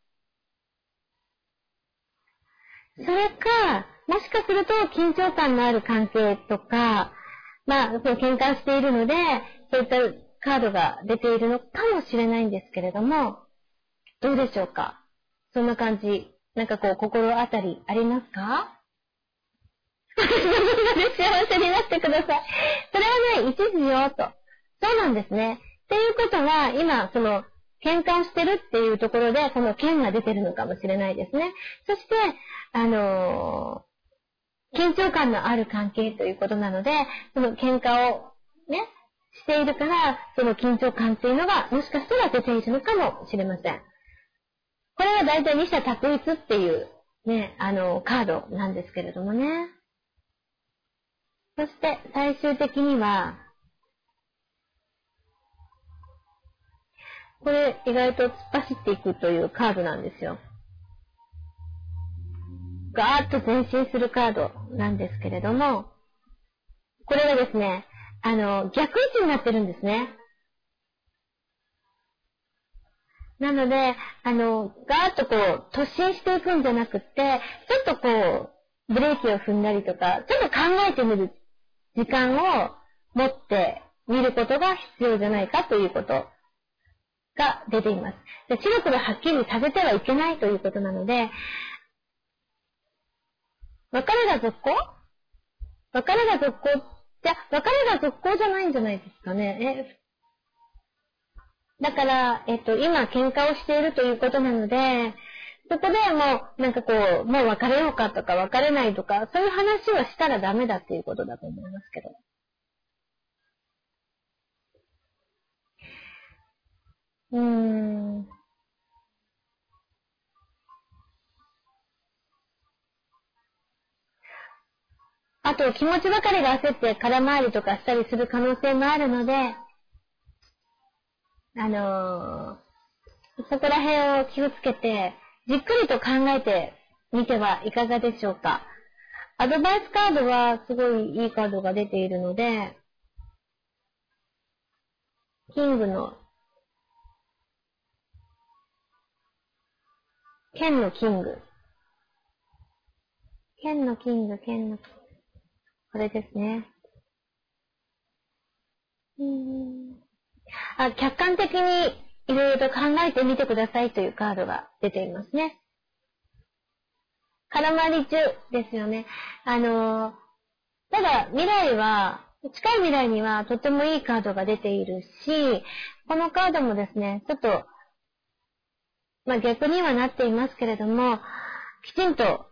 それか、もしかすると緊張感のある関係とか、まあ、そう喧嘩しているので、そういったカードが出ているのかもしれないんですけれども、どうでしょうか？そんな感じ、なんかこう、心当たりありますか？幸せになってください。それはね、一時よ、と。そうなんですね。っていうことは、今、その、喧嘩をしてるっていうところで、この剣が出てるのかもしれないですね。そして、あのー、緊張感のある関係ということなので、その喧嘩をね、しているから、その緊張感っていうのが、もしかしたら出ているのかもしれません。これは大体二者択一っていう、ね、あの、カードなんですけれどもね。そして最終的には、これ意外と突っ走っていくというカードなんですよ。ガーッと前進するカードなんですけれども、これがですね、あの、逆位置になってるんですね。なので、あの、ガーッとこう、突進していくんじゃなくって、ちょっとこう、ブレーキを踏んだりとか、ちょっと考えてみる時間を持ってみることが必要じゃないかということが出ています。で、白黒はっきりさせてはいけないということなので、別れが続行？別れが続行、じゃ、別れが続行じゃないんじゃないですかね。え、だから、えっと、今喧嘩をしているということなので、そこでもう、なんかこう、もう別れようかとか別れないとか、そういう話をしたらダメだっていうことだと思いますけど。うーん。あと、気持ちばかりが焦って空回りとかしたりする可能性もあるので、あのー、そこら辺を気をつけて、じっくりと考えてみてはいかがでしょうか。アドバイスカードはすごいいいカードが出ているので、キングの、剣のキング。剣のキング、剣のキング。これですね。うーん。 あ、客観的にいろいろと考えてみてくださいというカードが出ていますね。絡まり中ですよね。あのー、ただ未来は、近い未来にはとてもいいカードが出ているし、このカードもですね、ちょっと、まあ、逆にはなっていますけれども、きちんと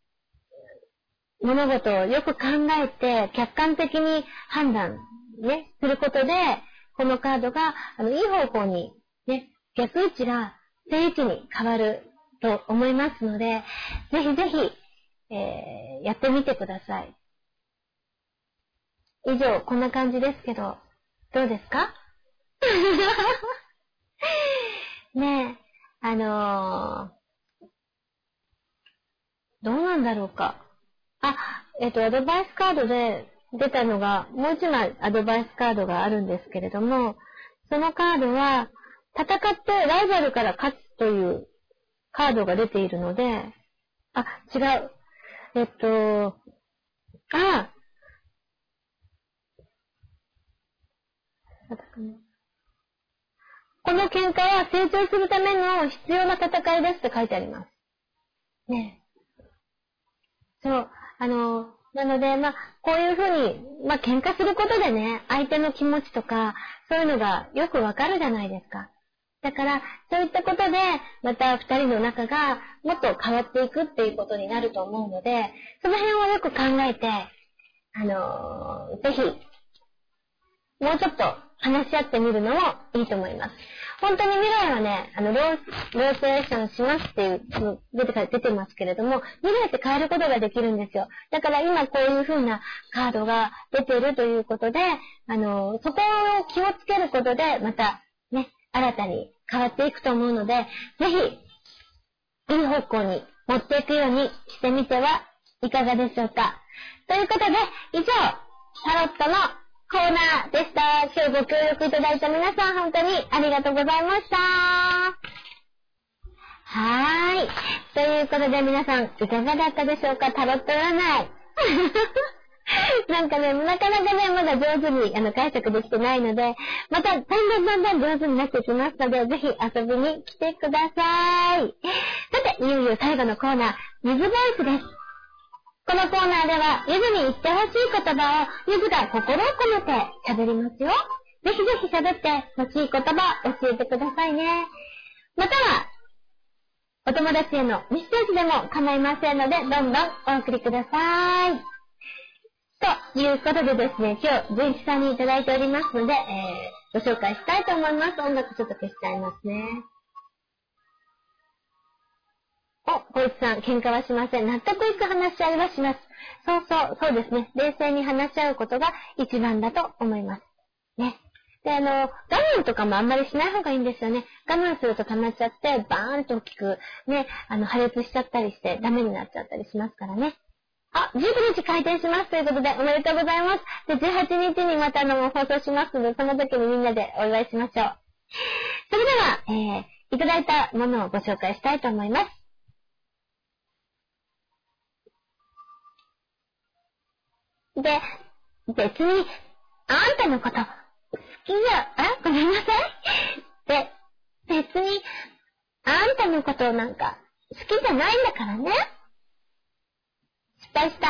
物事をよく考えて客観的に判断ね、することで、このカードがあのいい方向にね、逆位置が正位置に変わると思いますので、ぜひぜひ、えー、やってみてください。以上、こんな感じですけど、どうですか？ねえ、あのー、どうなんだろうか。あ、えっと、アドバイスカードで出たのが、もう一枚アドバイスカードがあるんですけれども、そのカードは、戦ってライバルから勝つというカードが出ているので、あ、違う。えっと、あ、この喧嘩は成長するための必要な戦いですって書いてあります。ね。そう。あの、なので、まあ、こういうふうに、まあ、喧嘩することでね、相手の気持ちとか、そういうのがよくわかるじゃないですか。だから、そういったことで、また二人の仲がもっと変わっていくっていうことになると思うので、その辺をよく考えて、あのー、ぜひ、もうちょっと話し合ってみるのもいいと思います。本当に未来はね、あの、ロー、ローテーションしますっていうの出て、出てますけれども、未来って変えることができるんですよ。だから今こういう風なカードが出ているということで、あの、そこを気をつけることで、またね、新たに変わっていくと思うので、ぜひ、いい方向に持っていくようにしてみてはいかがでしょうか。ということで、以上、タロットのコーナーでした。今日ご協力いただいた皆さん本当にありがとうございました。はーい。ということで皆さんいかがだったでしょうか？タロット占い。なんかね、なかなかね、まだ上手にあの解釈できてないので、まただんだんだんだん上手になっていきますので、ぜひ遊びに来てください。さて、いよいよ最後のコーナー、ゆずボイスです。このコーナーでは、ゆずに言ってほしい言葉を、ゆずが心を込めて喋りますよ。ぜひぜひ喋ってほしい言葉教えてくださいね。または、お友達へのメッセージでも構いませんので、どんどんお送りください。ということでですね、今日、純一さんにいただいておりますので、えー、ご紹介したいと思います。音楽ちょっと消しちゃいますね。お、こいつさん、喧嘩はしません。納得いく話し合いはします。そうそう、そうですね。冷静に話し合うことが一番だと思います。ね。で、あの、我慢とかもあんまりしない方がいいんですよね。我慢すると溜まっちゃって、バーンと大きく、ね、あの、破裂しちゃったりして、ダメになっちゃったりしますからね。あ、じゅうくにち開店しますということで、おめでとうございます。で、じゅうはちにちにまたあの、放送しますので、その時にみんなでお祝いしましょう。それでは、えー、いただいたものをご紹介したいと思います。で、別に、あんたのこと、好きじゃ、あ、ごめんなさい。で、別に、あんたのことなんか、好きじゃないんだからね。失敗した。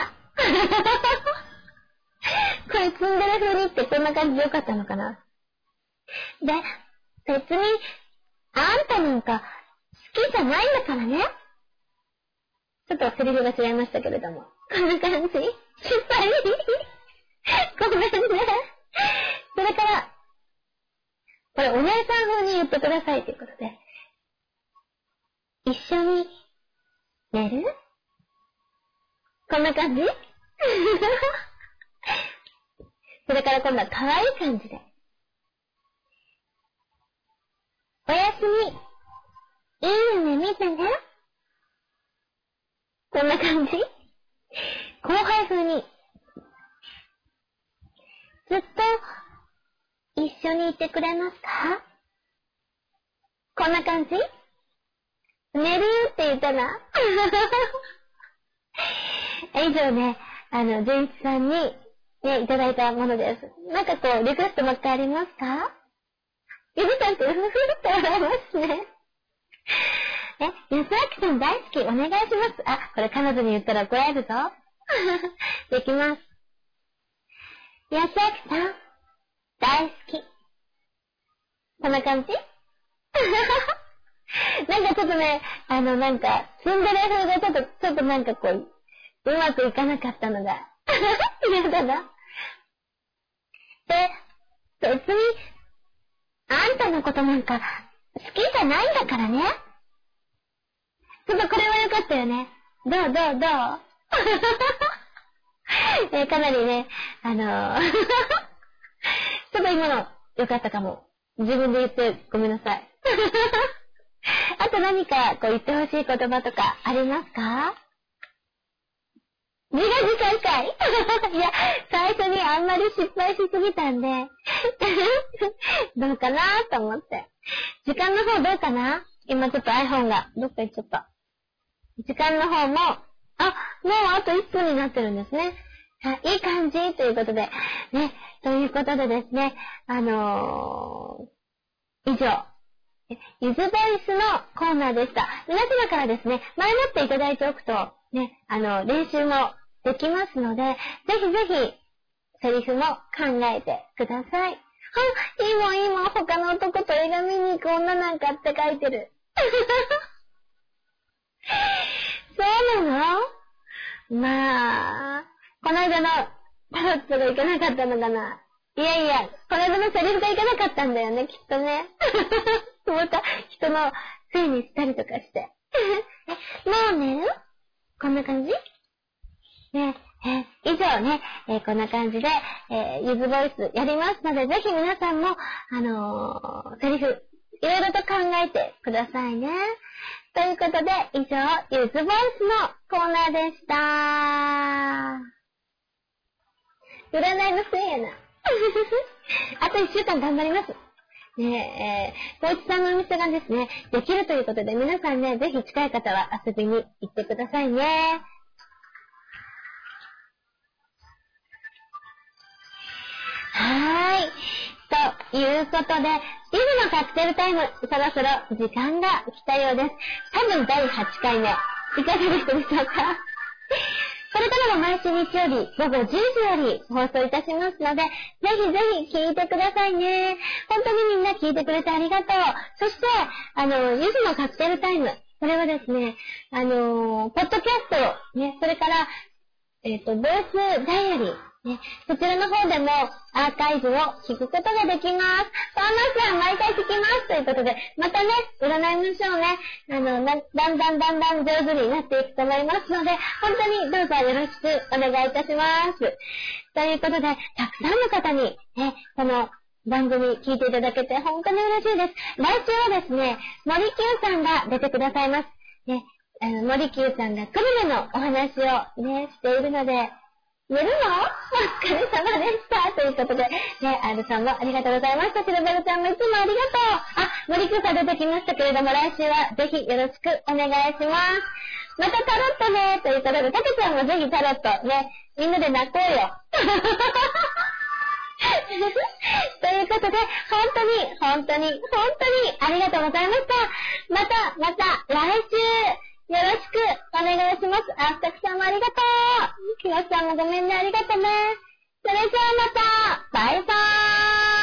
これ積んでる風にってこんな感じでよかったのかな。で、別に、あんたなんか、好きじゃないんだからね。ちょっとセリフが違いましたけれども。こんな感じ。失敗。ごめんね。それから、これお姉さん風に言ってくださいということで。一緒に寝る？こんな感じ？それから今度は可愛い感じで。おやすみ。いい夢見てね。こんな感じ？後輩風に。ずっと一緒にいてくれますか？こんな感じ？寝るって言ったな。以上ね、あの、純一さんに、ね、いただいたものです。なんかこう、リクエストばっかりありますか？ ゆずさんってふふって笑いますね。え、安明さん大好き、お願いします。あ、これ彼女に言ったら怒られるぞ。できます。安明さん、大好き。こんな感じなんかちょっとね、あのなんか、ツンデレ風がちょっと、ちょっとなんかこう、うまくいかなかったのが、嫌だな。で、別に、あんたのことなんか、好きじゃないんだからね。ちょっとこれは良かったよね。どうどうどうえー、かなりね、あのー、ちょっと今の良かったかも。自分で言ってごめんなさい。あと何かこう言ってほしい言葉とかありますか？自画自賛会いや、最初にあんまり失敗しすぎたんで、どうかなと思って。時間の方どうかな？今ちょっと iPhone がどっか行っちゃった。時間の方も、あ、もうあといっぷんになってるんですね。いい感じということで、ね、ということでですね、あのー、以上、ゆずボイスのコーナーでした。皆様からですね、前もっていただいておくと、ね、あの、練習もできますので、ぜひぜひ、セリフも考えてください。あ、いいもんいいもん、他の男と映画見に行く女なんかって書いてる。そうなの？まあ、この間のタロットがいけなかったのかな。いやいや、この間のセリフがいけなかったんだよね、きっとね。また人のせいにしたりとかして。もうね、こんな感じね、えー、以上ね、えー、こんな感じで、えー、ゆずボイスやりますので、ぜひ皆さんも、あのー、セリフ、いろいろと考えてくださいね。ということで、以上、ゆずボイスのコーナーでした。占いのせいやな。あといっしゅうかん頑張ります。ねえ、ー、こいちさんのお店がですね、できるということで、皆さんね、ぜひ近い方は遊びに行ってくださいね。はーい。ということで、ゆずのカクテルタイム、そろそろ時間が来たようです。多分だいはちかいめ。いかがでしたでしょうか？これからも毎週日曜日ごごじゅうじより放送いたしますので、ぜひぜひ聞いてくださいね。本当にみんな聞いてくれてありがとう。そして、あの、ゆずのカクテルタイム。これはですね、あの、ポッドキャスト、ね、それから、えっと、ボイスダイアリー。ね、そちらの方でもアーカイブを聞くことができます。パーマスは毎回聞きますということで、またね、占いましょうね。あの、な、だんだんだんだん上手になっていくと思いますので、本当にどうぞよろしくお願いいたします。ということで、たくさんの方に、ね、この番組聞いていただけて本当に嬉しいです。来週はですね、森久さんが出てくださいます。ね、あの、森久さんが久留米のお話をね、しているので、寝るの？お疲れ様でした。ということで、ね、アールさんもありがとうございました。シルベルちゃんもいつもありがとう。あ、森久さん出てきましたけれども、来週はぜひよろしくお願いします。またタロットね、ということで、タケちゃんもぜひタロットね、みんなで泣こうよ。ということで、本当に、本当に、本当にありがとうございました。また、また、来週、よろしくお願いします。あ、たくさんもありがとう。きよしさんもごめんね、ありがとね。それじゃあまた、バイバーイ。